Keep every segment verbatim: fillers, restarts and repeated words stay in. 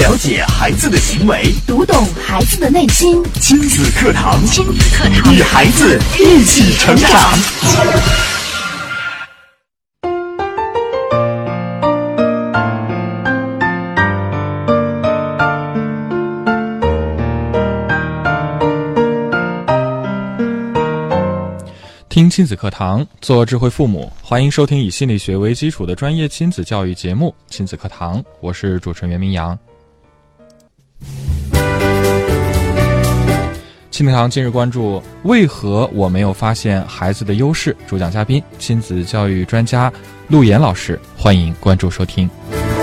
了解孩子的行为， 读懂孩子的内心。 亲子课堂， 亲子课堂， 与孩子一起成长。 听亲子课堂，做智慧父母，欢迎收听以心理学为基础的专业亲子教育节目《亲子课堂》，我是主持人袁明阳。亲子课堂今日关注：为何我没有发现孩子的优势？主讲嘉宾：亲子教育专家陆岩老师。欢迎关注收听。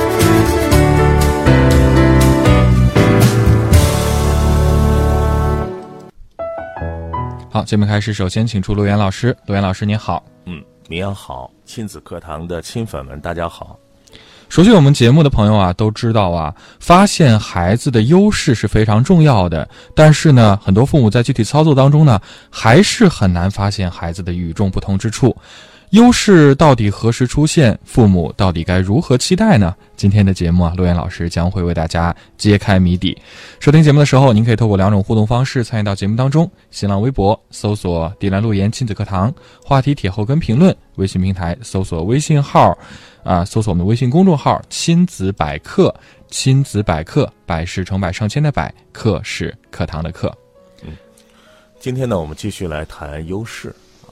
好，节目开始，首先请出陆岩老师。陆岩老师您好。 嗯，明阳好，亲子课堂的亲粉们大家好。 熟悉我们节目的朋友啊，都知道啊，发现孩子的优势是非常重要的。但是呢，很多父母在具体操作当中呢，还是很难发现孩子的与众不同之处。优势到底何时出现？父母到底该如何期待呢？今天的节目啊，陆岩老师将会为大家揭开谜底。收听节目的时候，您可以透过两种互动方式参与到节目当中：新浪微博搜索“迪兰陆岩亲子课堂”，话题帖后跟评论；微信平台搜索微信号，啊，搜索我们的微信公众号“亲子百科”。亲子百科，百是成百上千的百，课是课堂的课。 嗯，今天呢，我们继续来谈优势。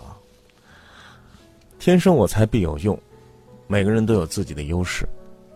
天生我材必有用，每个人都有自己的优势。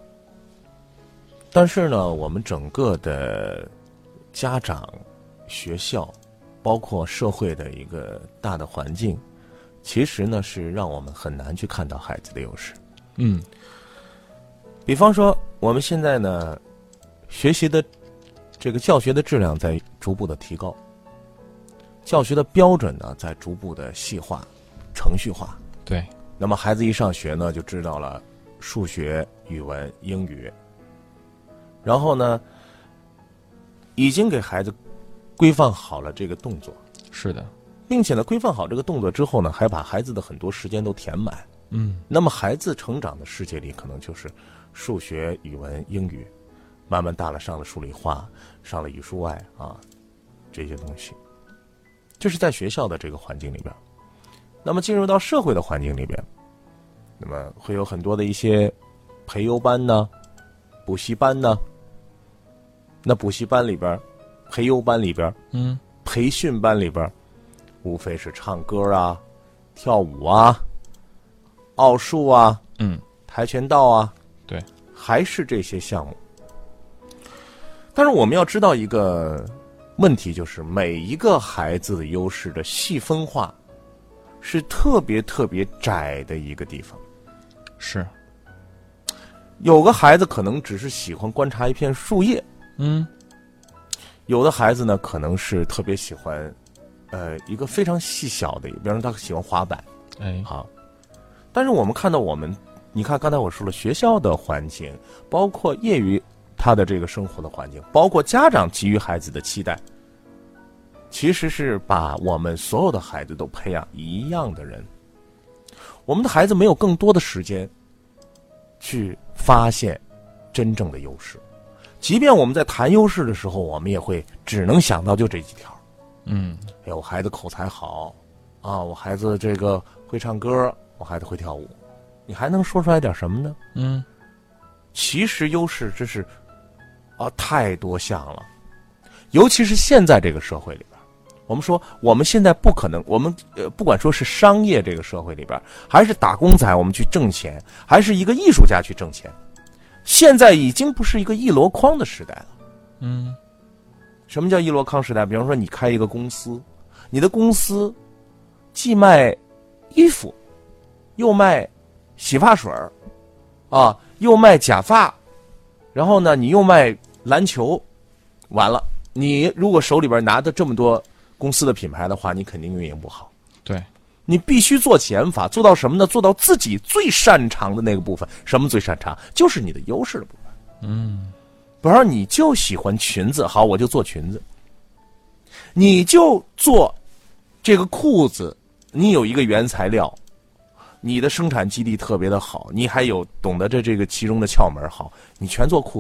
但是呢，我们整个的家长、学校，包括社会的一个大的环境，其实呢是让我们很难去看到孩子的优势。 嗯， 比方说，我们现在呢，学习的这个教学的质量在逐步的提高，教学的标准呢在逐步的细化、程序化。 对。 那么孩子一上学呢，就知道了数学、语文、英语，然后呢，已经给孩子规范好了这个动作。 是的， 并且呢，规范好这个动作之后呢，还把孩子的很多时间都填满。 嗯， 那么孩子成长的世界里，可能就是数学、语文、英语，慢慢大了上了数理化，上了语数外啊，这些东西，这是在学校的这个环境里边。那么进入到社会的环境里边，那么会有很多的一些培优班呢、补习班呢。那补习班里边、培优班里边、 嗯， 培训班里边，无非是唱歌啊、跳舞啊、奥数啊、 嗯、 跆拳道啊， 对， 还是这些项目。但是我们要知道一个问题，就是每一个孩子的优势的细分化是特别特别窄的一个地方。 是， 有个孩子可能只是喜欢观察一片树叶， 嗯， 有的孩子呢可能是特别喜欢，呃，一个非常细小的，比方说他喜欢滑板， 哎， 好。但是我们看到我们，你看刚才我说了，学校的环境，包括业余他的这个生活的环境，包括家长给予孩子的期待。其实是把我们所有的孩子都培养一样的人，我们的孩子没有更多的时间去发现真正的优势，即便我们在谈优势的时候，我们也会只能想到就这几条。 嗯， 哎，我孩子口才好啊，我孩子这个会唱歌，我孩子会跳舞，你还能说出来点什么呢？ 嗯， 其实优势真是啊太多项了，尤其是现在这个社会里边。我们说，我们现在不可能，我们呃，不管说是商业这个社会里边，还是打工仔，我们去挣钱，还是一个艺术家去挣钱，现在已经不是一个一箩筐的时代了。 嗯， 什么叫一箩筐时代？比方说，你开一个公司，你的公司既卖衣服，又卖洗发水啊，又卖假发，然后呢，你又卖篮球，完了，你如果手里边拿的这么多公司的品牌的话，你肯定运营不好。 对， 你必须做减法，做到什么呢？做到自己最擅长的那个部分。什么最擅长？就是你的优势的部分。 嗯， 比方说你就喜欢裙子，好，我就做裙子。你就做这个裤子，你有一个原材料，你的生产基地特别的好，你还有懂得这这个其中的窍门好，你全做裤子，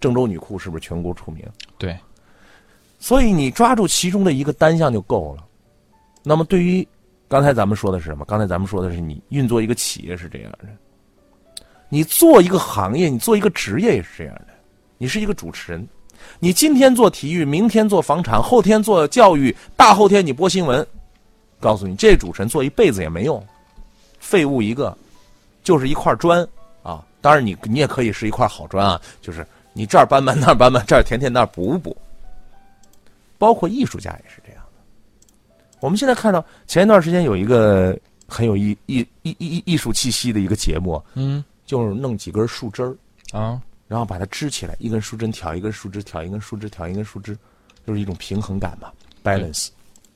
郑州女库是不是全国出名？ 对， 所以你抓住其中的一个单项就够了。那么对于刚才咱们说的是什么？刚才咱们说的是你运作一个企业是这样的，你做一个行业，你做一个职业也是这样的。你是一个主持人，你今天做体育，明天做房产，后天做教育，大后天你播新闻，告诉你这主持人做一辈子也没用，废物一个，就是一块砖啊。当然你你也可以是一块好砖啊，就是你这儿搬搬那儿搬搬，这儿填填那儿补补。包括艺术家也是这样的。我们现在看到前一段时间有一个很有艺艺艺艺艺术气息的一个节目， 嗯， 就是弄几根树枝儿啊， 然后把它支起来，一根树枝挑一根树枝，挑一根树枝，挑一根树枝，就是一种平衡感嘛 ，balance。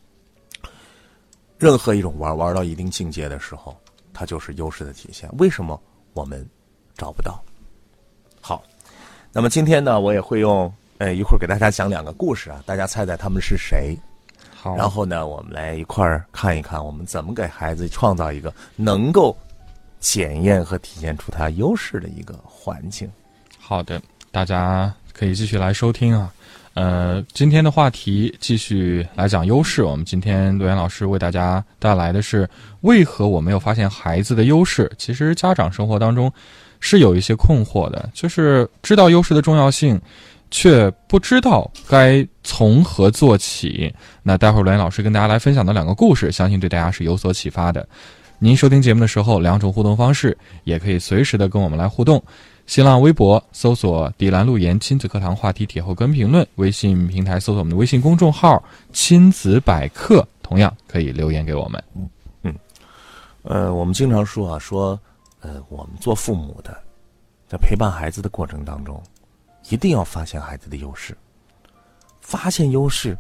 任何一种玩玩到一定境界的时候，它就是优势的体现。为什么我们找不到？好，那么今天呢，我也会用呃一会儿给大家讲两个故事啊，大家猜猜他们是谁？ 好， 然后呢，我们来一块儿看一看，我们怎么给孩子创造一个能够检验和体现出他优势的一个环境。 好的，大家可以继续来收听啊。呃，今天的话题继续来讲优势。我们今天陆岩老师为大家带来的是为何我没有发现孩子的优势。其实家长生活当中是有一些困惑的，就是知道优势的重要性，却不知道该从何做起。那待会儿陆岩老师跟大家来分享的两个故事，相信对大家是有所启发的。您收听节目的时候，两种互动方式，也可以随时的跟我们来互动。新浪微博搜索迪兰路言亲子课堂话题帖后跟评论，微信平台搜索我们的微信公众号亲子百科，同样可以留言给我们。 嗯，呃，我们经常说啊，说呃，我们做父母的，在陪伴孩子的过程当中，一定要发现孩子的优势。发现优势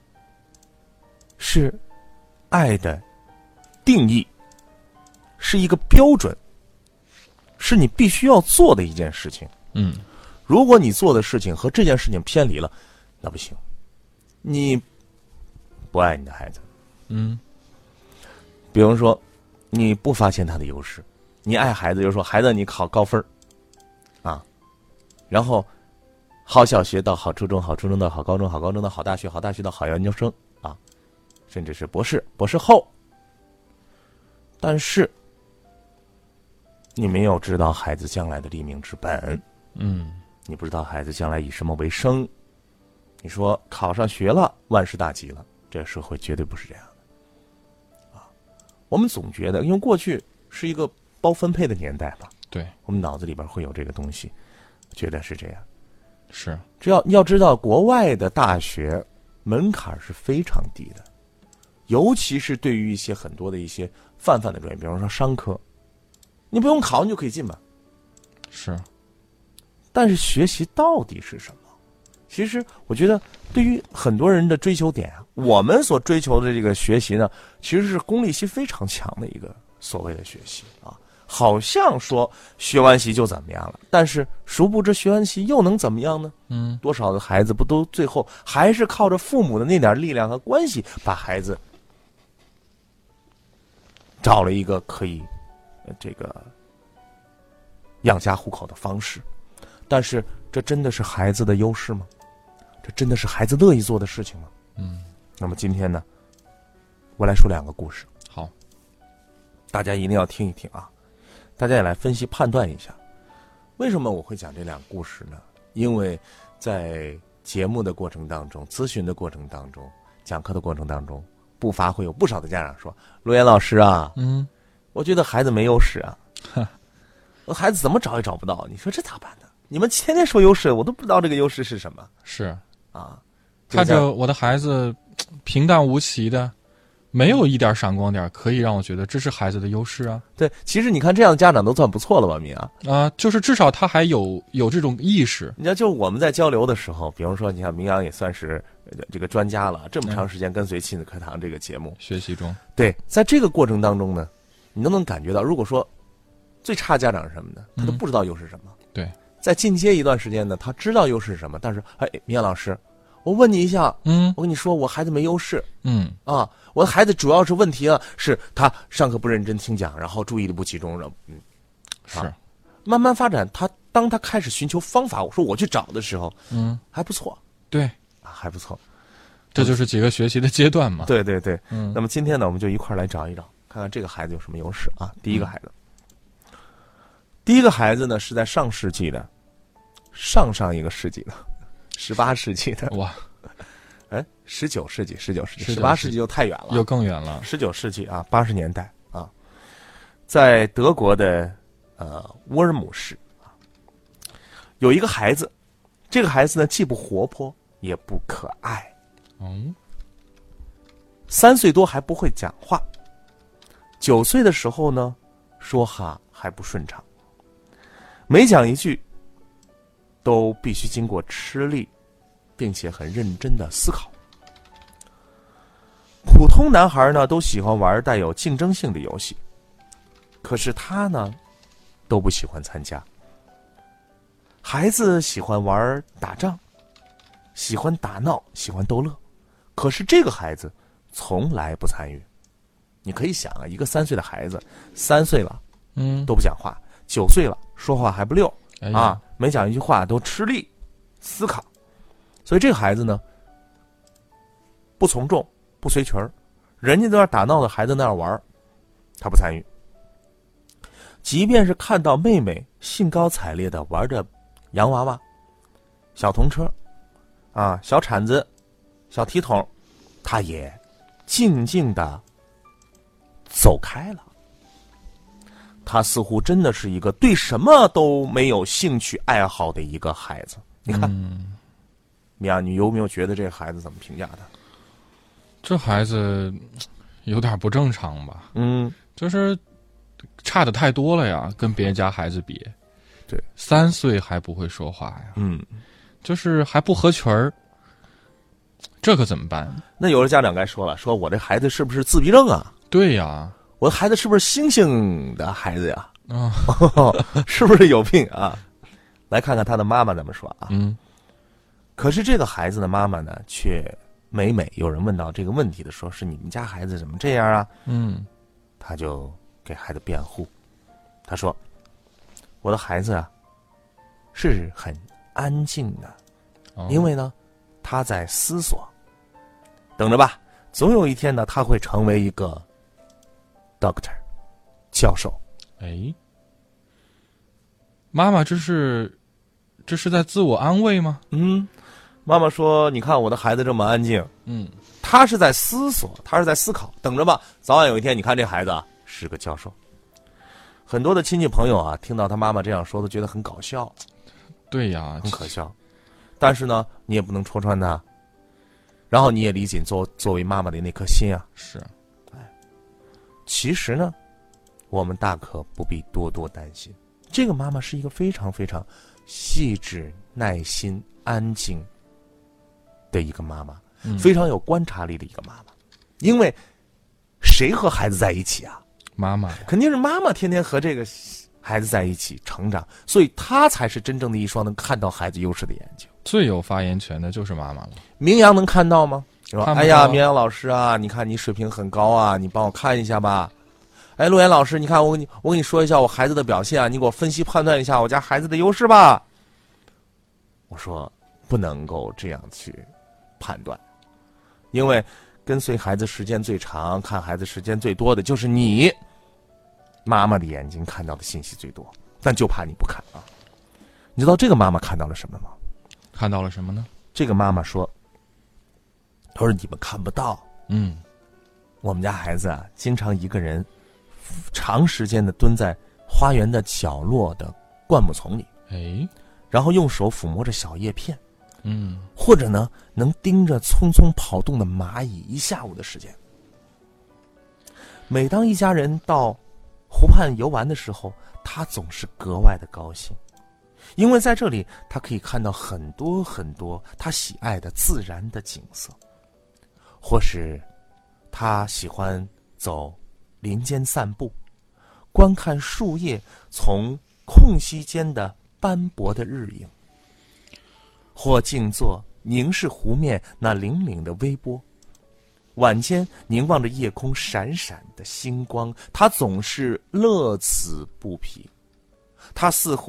是爱的定义，是一个标准，是你必须要做的一件事情。 嗯， 如果你做的事情和这件事情偏离了，那不行，你不爱你的孩子。 嗯， 比如说你不发现他的优势，你爱孩子就说孩子你考高分啊，然后好小学到好初中，好初中到好高中，好高中到好大学，好大学到好研究生啊，甚至是博士，博士后。但是你没有知道孩子将来的立命之本， 嗯， 你不知道孩子将来以什么为生。你说考上学了，万事大吉了，这个社会绝对不是这样的啊！我们总觉得，因为过去是一个包分配的年代嘛， 对， 我们脑子里边会有这个东西，觉得是这样。 是， 只要要知道，国外的大学门槛是非常低的，尤其是对于一些很多的一些泛泛的专业，比方说商科，你不用考你就可以进吧。 是， 但是学习到底是什么？其实我觉得，对于很多人的追求点啊，我们所追求的这个学习呢，其实是功利性非常强的一个所谓的学习啊。好像说学完习就怎么样了，但是殊不知学完习又能怎么样呢？ 嗯， 多少的孩子不都最后还是靠着父母的那点力量和关系，把孩子找了一个可以呃这个养家糊口的方式。但是这真的是孩子的优势吗？这真的是孩子乐意做的事情吗？ 嗯， 那么今天呢，我来说两个故事， 好， 大家一定要听一听啊，大家也来分析判断一下。为什么我会讲这两个故事呢？因为在节目的过程当中，咨询的过程当中，讲课的过程当中，不乏会有不少的家长说，陆岩老师啊， 嗯， 我觉得孩子没优势啊，孩子怎么找也找不到，你说这咋办呢？你们天天说优势，我都不知道这个优势是什么。 是啊， 看着我的孩子平淡无奇的，没有一点闪光点，可以让我觉得这是孩子的优势啊。 对，其实你看这样的家长都算不错了吧，米啊？ 啊、就是至少他还有有这种意识。 你看，就我们在交流的时候，比如说，你看明阳也算是这个专家了，这么长时间跟随亲子课堂这个节目、 嗯、学习中， 对，在这个过程当中呢，你都能感觉到，如果说最差家长是什么呢？他都不知道优势是什么。 嗯、对。 在进阶一段时间呢，他知道优势是什么，但是哎，明阳老师，我问你一下， 嗯， 我跟你说，我孩子没优势， 嗯啊，我的孩子主要是问题啊，是他上课不认真听讲，然后注意力不集中，然后嗯， 是、 啊，慢慢发展，他当他开始寻求方法，我说我去找的时候， 嗯， 还不错， 对， 啊，还不错。 这就是几个学习的阶段嘛。 对对对， 嗯。 那么今天呢，我们就一块儿来找一找，看看这个孩子有什么优势啊。第一个孩子，嗯、第一个孩子呢是在上世纪的，上上一个世纪的，十八世纪的。 哇， 哎，十九世纪，十九世纪，十八世纪就太远了， 又更远了。 十九世纪啊，八十年代啊，在德国的呃沃尔姆市啊，有一个孩子，这个孩子呢既不活泼也不可爱。 嗯， 三岁多还不会讲话，九岁的时候呢，说话还不顺畅，每讲一句都必须经过吃力，并且很认真的思考。普通男孩呢都喜欢玩带有竞争性的游戏，可是他呢都不喜欢参加。孩子喜欢玩打仗，喜欢打闹，喜欢逗乐。可是这个孩子从来不参与。你可以想啊，一个三岁的孩子，三岁了， 嗯， 都不讲话；九岁了，说话还不溜、 哎、 啊，每讲一句话都吃力思考。所以这个孩子呢，不从众，不随群儿，人家在那打闹的孩子那样玩，他不参与。即便是看到妹妹兴高采烈的玩着洋娃娃、小童车，啊，小铲子。小提桶，他也静静的走开了。他似乎真的是一个对什么都没有兴趣爱好的一个孩子。你看， 嗯、 米娅，你有没有觉得这个孩子怎么评价他？ 这孩子有点不正常吧？ 嗯， 就是差的太多了呀，跟别人家孩子比。 对， 三岁还不会说话呀。 嗯， 就是还不合群儿。这可怎么办？ 那有的家长该说了，说我这孩子是不是自闭症啊？ 对呀， 我的孩子是不是猩猩的孩子呀？ 啊、 哦，是不是有病啊？来看看他的妈妈怎么说啊？ 嗯。 可是这个孩子的妈妈呢，却每每有人问到这个问题的时候，是你们家孩子怎么这样啊？ 嗯， 他就给孩子辩护，他说：“我的孩子啊，是很安静的， 哦、 因为呢，他在思索。等着吧，总有一天呢，他会成为一个 doctor 教授。” 哎，妈妈，这是这是在自我安慰吗？ 嗯，妈妈说：“你看我的孩子这么安静， 嗯， 他是在思索，他是在思考。等着吧，早晚有一天，你看这孩子啊，是个教授。”很多的亲戚朋友啊，听到他妈妈这样说，都觉得很搞笑。 对呀， 很可笑。但是呢，你也不能戳穿他，然后你也理解作作为妈妈的那颗心啊。 是， 哎，其实呢，我们大可不必多多担心。这个妈妈是一个非常非常细致、耐心、安静的一个妈妈， 嗯、 非常有观察力的一个妈妈。因为谁和孩子在一起啊？ 妈妈， 肯定是妈妈天天和这个孩子在一起成长，所以她才是真正的一双能看到孩子优势的眼睛。 最有发言权的就是妈妈了。 明阳能看到吗？说看不到。 哎呀，明阳老师啊，你看你水平很高啊，你帮我看一下吧。哎，陆岩老师，你看我跟你我跟你说一下我孩子的表现啊，你给我分析判断一下我家孩子的优势吧。我说不能够这样去判断，因为跟随孩子时间最长、看孩子时间最多的就是你。妈妈的眼睛看到的信息最多，但就怕你不看啊。你知道这个妈妈看到了什么吗？ 看到了什么呢？ 这个妈妈说：“她说你们看不到， 嗯， 我们家孩子啊，经常一个人长时间的蹲在花园的角落的灌木丛里， 哎， 然后用手抚摸着小叶片， 嗯， 或者呢，能盯着匆匆跑动的蚂蚁一下午的时间。每当一家人到湖畔游玩的时候，他总是格外的高兴，因为在这里他可以看到很多很多他喜爱的自然的景色，或是他喜欢走林间散步，观看树叶从空隙间的斑驳的日影，或静坐凝视湖面那粼粼的微波。晚间凝望着夜空闪闪的星光，他总是乐此不疲。他似乎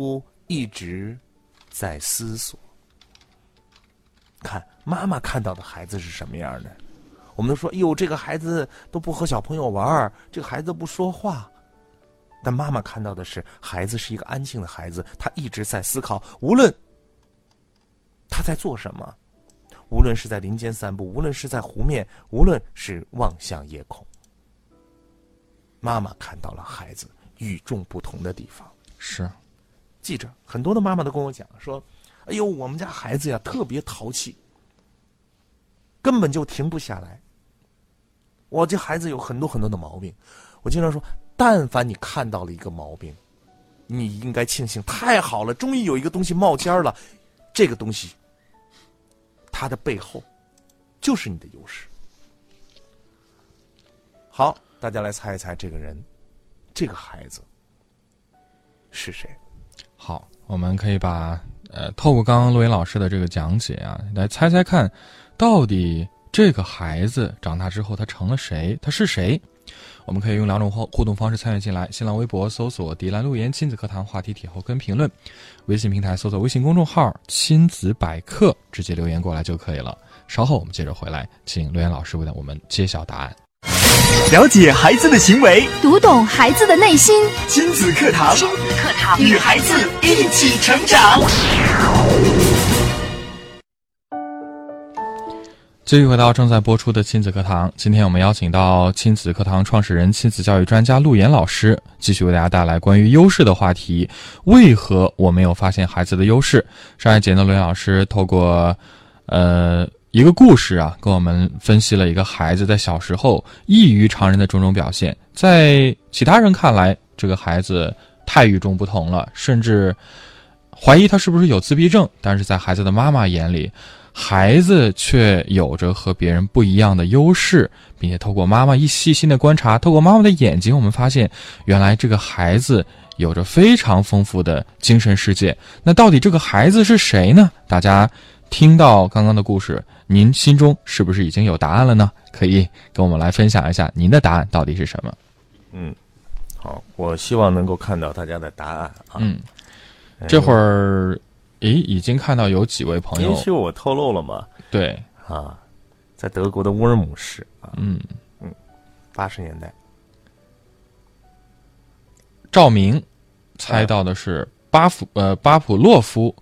一直在思索。看妈妈看到的孩子是什么样的？我们都说，哎呦，这个孩子都不和小朋友玩，这个孩子不说话。但妈妈看到的是，孩子是一个安静的孩子，他一直在思考，无论他在做什么，无论是在林间散步，无论是在湖面，无论是望向夜空，妈妈看到了孩子与众不同的地方。 是， 记着，很多的妈妈都跟我讲说，哎呦，我们家孩子呀特别淘气，根本就停不下来。我这孩子有很多很多的毛病。我经常说，但凡你看到了一个毛病，你应该庆幸，太好了，终于有一个东西冒尖了。这个东西它的背后就是你的优势。好，大家来猜一猜，这个人这个孩子是谁？ 好，我们可以把呃透过刚刚陆岩老师的这个讲解啊，来猜猜看，到底这个孩子长大之后他成了谁？他是谁？我们可以用两种互动方式参与进来：新浪微博搜索迪兰陆岩亲子课堂话题帖后跟评论，微信平台搜索微信公众号亲子百科，直接留言过来就可以了。稍后我们接着回来，请陆岩老师为我们揭晓答案。 了解孩子的行为， 读懂孩子的内心。 亲子课堂， 亲子课堂， 与孩子一起成长。 继续回到正在播出的亲子课堂，今天我们邀请到亲子课堂创始人、亲子教育专家陆岩老师，继续为大家带来关于优势的话题。为何我没有发现孩子的优势？上一节呢，陆岩老师透过呃一个故事啊，跟我们分析了一个孩子在小时候异于常人的种种表现，在其他人看来，这个孩子太与众不同了，甚至怀疑他是不是有自闭症，但是在孩子的妈妈眼里，孩子却有着和别人不一样的优势，并且透过妈妈一细心的观察，透过妈妈的眼睛，我们发现原来这个孩子有着非常丰富的精神世界。那到底这个孩子是谁呢？大家听到刚刚的故事，您心中是不是已经有答案了呢？可以跟我们来分享一下您的答案到底是什么？ 嗯，好，我希望能够看到大家的答案啊。 嗯，这会儿诶，已经看到有几位朋友， 也许我透露了嘛？ 对啊，在德国的乌尔姆市啊， 嗯嗯，八十年代， 赵明猜到的是巴甫呃巴甫洛夫，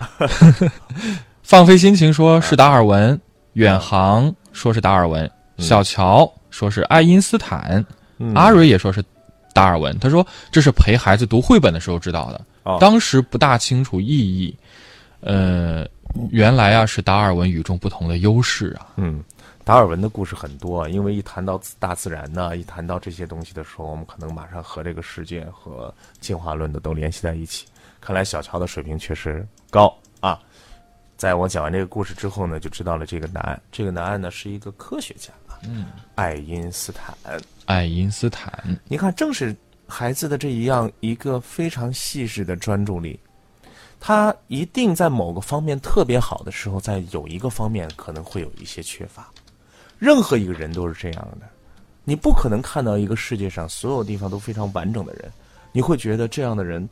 放飞心情说是达尔文，远航说是达尔文，小乔说是爱因斯坦， 嗯、 阿蕊也说是达尔文。他说这是陪孩子读绘本的时候知道的， 哦、 当时不大清楚意义。呃，原来啊是达尔文与众不同的优势啊。 嗯，达尔文的故事很多啊，因为一谈到大自然呢，一谈到这些东西的时候，我们可能马上和这个世界和进化论的都联系在一起。看来小乔的水平确实高啊。在我讲完这个故事之后呢，就知道了这个答案。这个答案呢是一个科学家啊，嗯，爱因斯坦。 爱因斯坦， 你看，正是孩子的这一样一个非常细致的专注力。他一定在某个方面特别好的时候，在有一个方面可能会有一些缺乏。任何一个人都是这样的，你不可能看到一个世界上所有地方都非常完整的人，你会觉得这样的人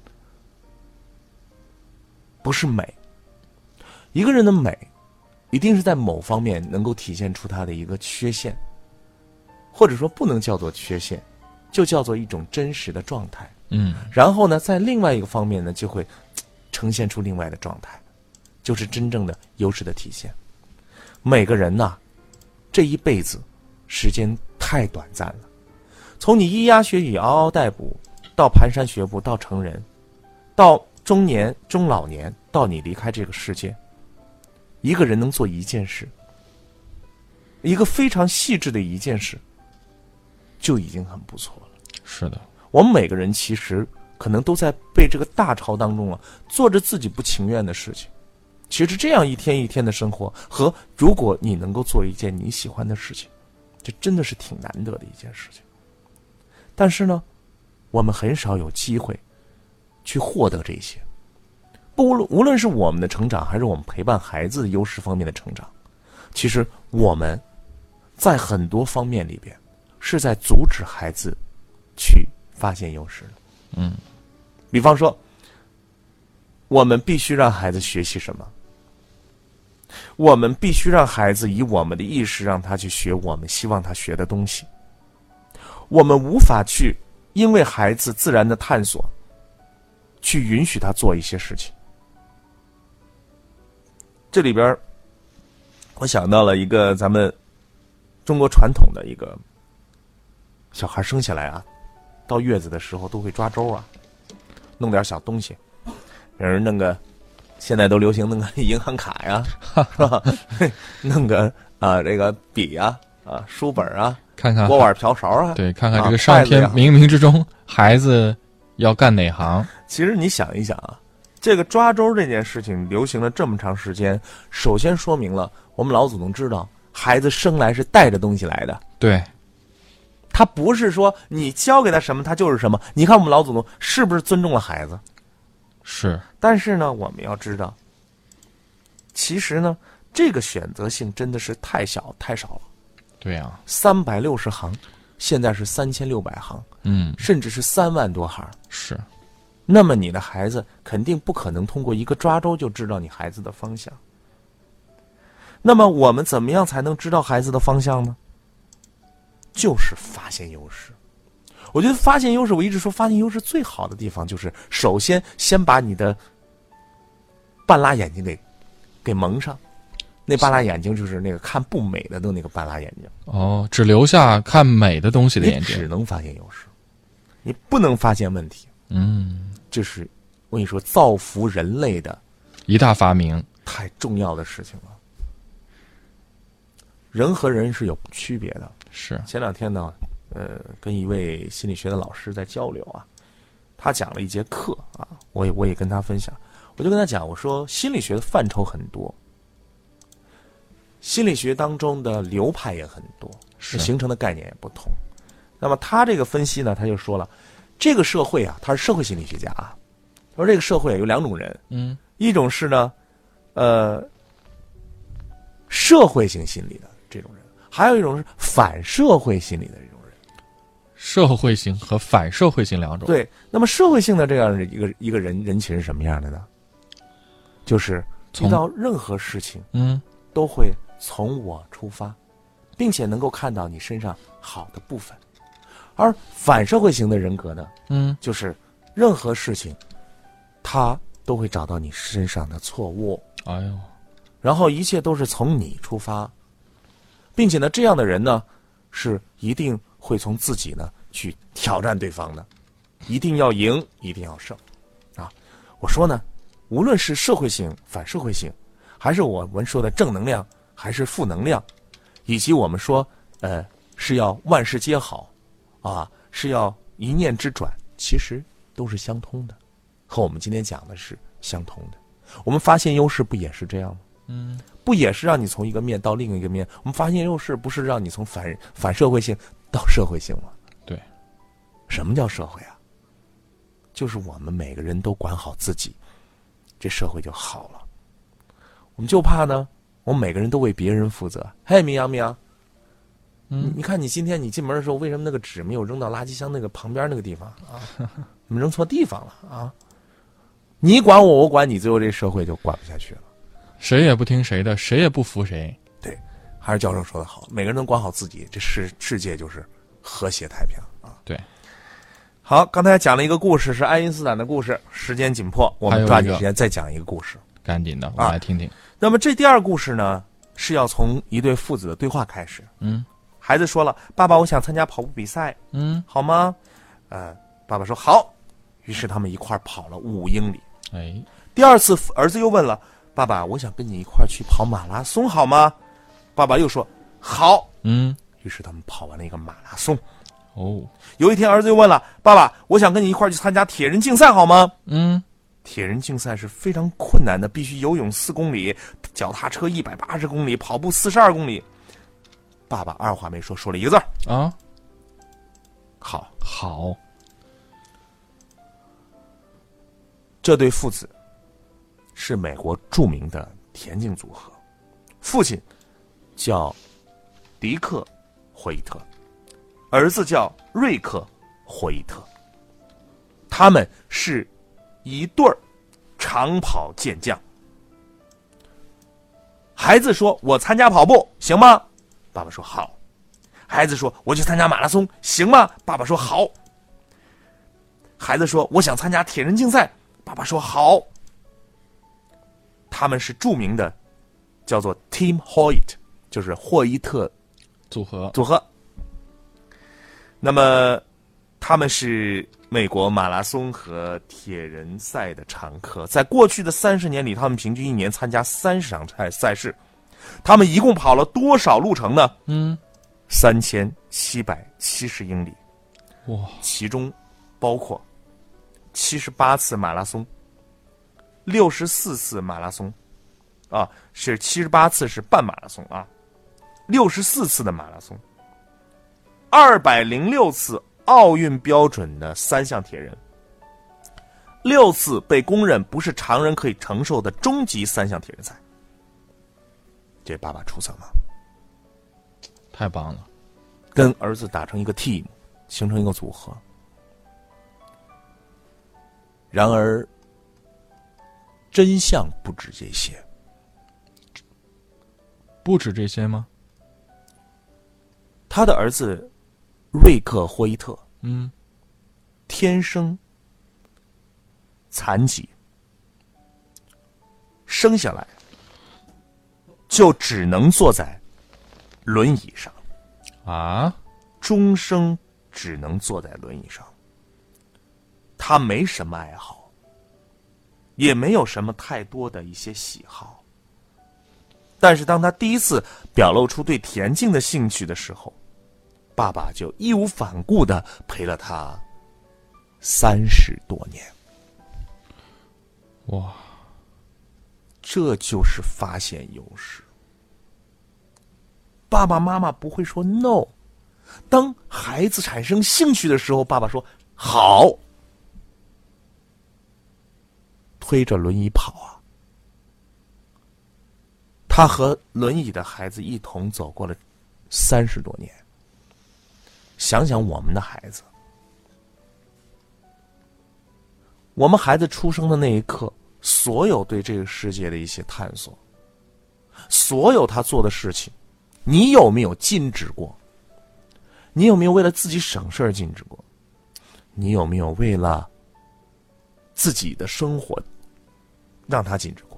不是美。一个人的美，一定是在某方面能够体现出他的一个缺陷，或者说不能叫做缺陷，就叫做一种真实的状态。 嗯， 然后呢，在另外一个方面呢，就会呈现出另外的状态，就是真正的优势的体现。每个人呐，这一辈子时间太短暂了，从你咿呀学语、嗷嗷待哺，到蹒跚学步，到成人，到中年、中老年，到你离开这个世界，一个人能做一件事，一个非常细致的一件事，就已经很不错了。 是的， 我们每个人其实可能都在被这个大潮当中啊，做着自己不情愿的事情。其实这样一天一天的生活，和如果你能够做一件你喜欢的事情，这真的是挺难得的一件事情。但是呢，我们很少有机会去获得这些。不无论无论是我们的成长，还是我们陪伴孩子的优势方面的成长，其实我们在很多方面里边是在阻止孩子去发现优势的。 嗯， 比方说， 我们必须让孩子学习什么？我们必须让孩子以我们的意识让他去学我们希望他学的东西。我们无法去因为孩子自然的探索去允许他做一些事情。这里边我想到了一个咱们中国传统的一个小孩生下来啊，到月子的时候都会抓周啊，弄点小东西，比如弄个现在都流行弄个银行卡呀，是吧？弄个啊这个笔呀啊书本啊， 看看锅碗瓢勺啊， 对，看看这个上天冥冥之中孩子要干哪行。 其实你想一想啊，这个抓周这件事情流行了这么长时间，首先说明了我们老祖宗知道孩子生来是带着东西来的。 对， 他不是说你教给他什么他就是什么。你看我们老祖宗是不是尊重了孩子？ 是。 但是呢，我们要知道，其实呢，这个选择性真的是太小太少了。 对啊， 三百六十行，现在是三千六百行， 嗯， 甚至是三万多行。 是。 那么你的孩子肯定不可能通过一个抓周就知道你孩子的方向。那么我们怎么样才能知道孩子的方向呢？就是发现优势。我觉得发现优势，我一直说发现优势最好的地方就是首先先把你的半拉眼睛给给蒙上。那半拉眼睛就是那个看不美的的那个半拉眼睛。 哦，只留下看美的东西的眼睛。 你只能发现优势，你不能发现问题。 嗯， 这是我跟你说造福人类的一大发明， 太重要的事情了。人和人是有区别的。 是。 前两天呢，呃，跟一位心理学的老师在交流啊，他讲了一节课啊，我也我也跟他分享，我就跟他讲，我说心理学的范畴很多，心理学当中的流派也很多， 是形成的概念也不同。那么他这个分析呢，他就说了，这个社会啊，他是社会心理学家啊，他说这个社会有两种人， 嗯， 一种是呢，呃，社会性心理的这种人，还有一种是反社会心理的这种人。 社会性和反社会性两种。 对，那么社会性的这样的一个一个人人群是什么样的呢？就是遇到任何事情， 嗯， 都会从我出发，并且能够看到你身上好的部分。而反社会型的人格呢， 嗯， 就是任何事情，他都会找到你身上的错误。 哎呦， 然后一切都是从你出发，并且呢，这样的人呢，是一定会从自己呢去挑战对方的，一定要赢，一定要胜，啊！我说呢，无论是社会性、反社会性，还是我们说的正能量，还是负能量，以及我们说，呃，是要万事皆好，啊，是要一念之转，其实都是相通的，和我们今天讲的是相通的。我们发现优势不也是这样吗？ 嗯， 不也是让你从一个面到另一个面？我们发现优势不是让你从反反社会性到社会性吗？ 对。 什么叫社会啊？就是我们每个人都管好自己，这社会就好了。我们就怕呢，我们每个人都为别人负责。嘿，明阳明阳，嗯，你看你今天你进门的时候，为什么那个纸没有扔到垃圾箱那个旁边那个地方啊？你们扔错地方了啊！你管我，我管你，最后这社会就管不下去了。 谁也不听谁的，谁也不服谁。 对，还是教授说的好，每个人都管好自己，这世世界就是和谐太平啊。 对。 好，刚才讲了一个故事，是爱因斯坦的故事，时间紧迫，我们抓紧时间再讲一个故事。 赶紧的，我们来听听。 啊、那么这第二故事呢，是要从一对父子的对话开始。 嗯， 孩子说了：“爸爸，我想参加跑步比赛， 嗯， 好吗？”呃，爸爸说好。于是他们一块跑了五英里。 哎， 第二次儿子又问了：“爸爸，我想跟你一块去跑马拉松，好吗？”爸爸又说好。 嗯， 于是他们跑完了一个马拉松。 哦， 有一天儿子又问了：“爸爸，我想跟你一块去参加铁人竞赛，好吗？” 嗯， 铁人竞赛是非常困难的，必须游泳四公里，脚踏车一百八十公里，跑步四十二公里。爸爸二话没说，说了一个字儿啊， 好。 好。 这对父子是美国著名的田径组合，父亲叫迪克·霍伊特，儿子叫瑞克·霍伊特。他们是一对儿长跑健将。孩子说：“我参加跑步，行吗？”爸爸说：“好。”孩子说：“我去参加马拉松，行吗？”爸爸说：“好。”孩子说：“我想参加铁人竞赛。”爸爸说：“好。”他们是著名的，叫做 Team Hoyt， 就是霍伊特组合组合。那么，他们是美国马拉松和铁人赛的常客。在过去的三十年里，他们平均一年参加三十场赛赛事。他们一共跑了多少路程呢？ 嗯， 三千七百七十英里。 哇， 其中包括七十八次马拉松，六十四次马拉松，啊，是七十八次是半马拉松啊，六十四次的马拉松，二百零六次奥运标准的三项铁人，六次被公认不是常人可以承受的终极三项铁人赛。这爸爸出色吗？ 太棒了！ 跟儿子打成一个 team， 形成一个组合。然而，真相不止这些。 不止这些吗？ 他的儿子瑞克·霍伊特， 嗯， 天生残疾，生下来就只能坐在轮椅上， 啊， 终生只能坐在轮椅上。他没什么爱好，也没有什么太多的一些喜好。但是当他第一次表露出对田径的兴趣的时候，爸爸就义无反顾地陪了他三十多年。 哇， 这就是发现优势。爸爸妈妈不会说 no， 当孩子产生兴趣的时候，爸爸说好，推着轮椅跑啊。他和轮椅的孩子一同走过了三十多年。想想我们的孩子，我们孩子出生的那一刻，所有对这个世界的一些探索，所有他做的事情，你有没有禁止过？你有没有为了自己省事儿禁止过？你有没有为了自己的生活让他禁止过？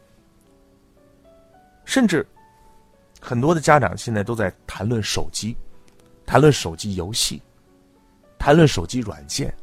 甚至很多的家长现在都在谈论手机，谈论手机游戏，谈论手机软件。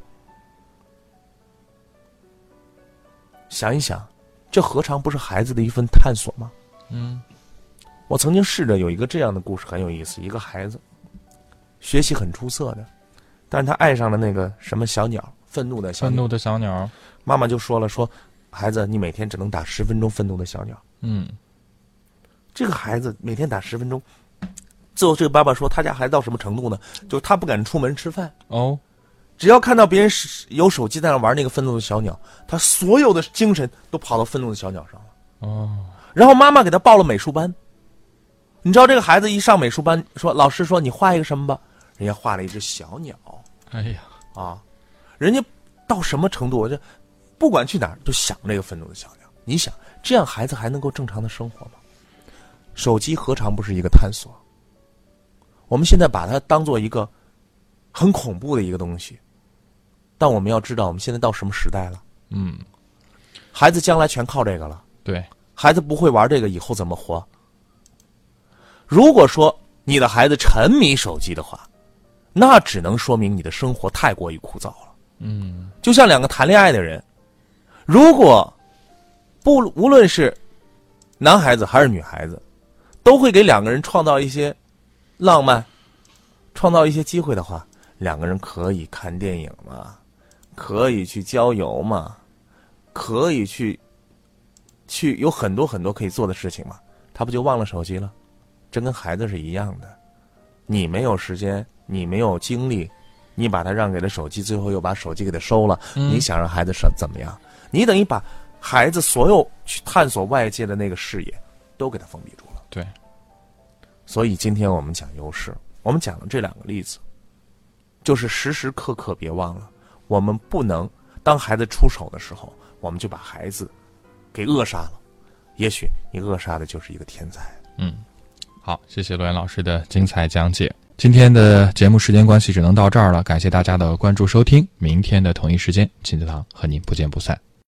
想一想，这何尝不是孩子的一份探索吗？ 嗯， 我曾经试着有一个这样的故事，很有意思。一个孩子学习很出色的，但是他爱上了那个什么小鸟，愤怒的小鸟。 愤怒的小鸟。 妈妈就说了，说孩子，你每天只能打十分钟愤怒的小鸟。 嗯， 这个孩子每天打十分钟，最后这个爸爸说，他家孩子到什么程度呢？就是他不敢出门吃饭哦， 只要看到别人有手机在那玩那个愤怒的小鸟，他所有的精神都跑到愤怒的小鸟上了。 哦， 然后妈妈给他报了美术班。你知道这个孩子一上美术班，说老师说你画一个什么吧，人家画了一只小鸟。 哎呀， 啊，人家到什么程度？我就不管去哪儿都想这个愤怒的小鸟。你想，这样孩子还能够正常的生活吗？手机何尝不是一个探索？我们现在把它当做一个很恐怖的一个东西，但我们要知道我们现在到什么时代了。 嗯， 孩子将来全靠这个了。 对， 孩子不会玩这个，以后怎么活？如果说你的孩子沉迷手机的话，那只能说明你的生活太过于枯燥了。 嗯， 就像两个谈恋爱的人，如果不无论是男孩子还是女孩子，都会给两个人创造一些浪漫，创造一些机会的话，两个人可以看电影嘛，可以去郊游嘛，可以去去有很多很多可以做的事情嘛，他不就忘了手机了？这跟孩子是一样的，你没有时间，你没有精力，你把他让给了手机，最后又把手机给他收了， 嗯、 你想让孩子怎怎么样？你等于把孩子所有去探索外界的那个视野都给他封闭住了。 对， 所以今天我们讲优势，我们讲了这两个例子，就是时时刻刻别忘了，我们不能当孩子出手的时候， 我们就把孩子给扼杀了。也许你扼杀的就是一个天才。 嗯，好，谢谢罗岩老师的精彩讲解。今天的节目时间关系只能到这儿了，感谢大家的关注收听，明天的同一时间亲子堂和您不见不散。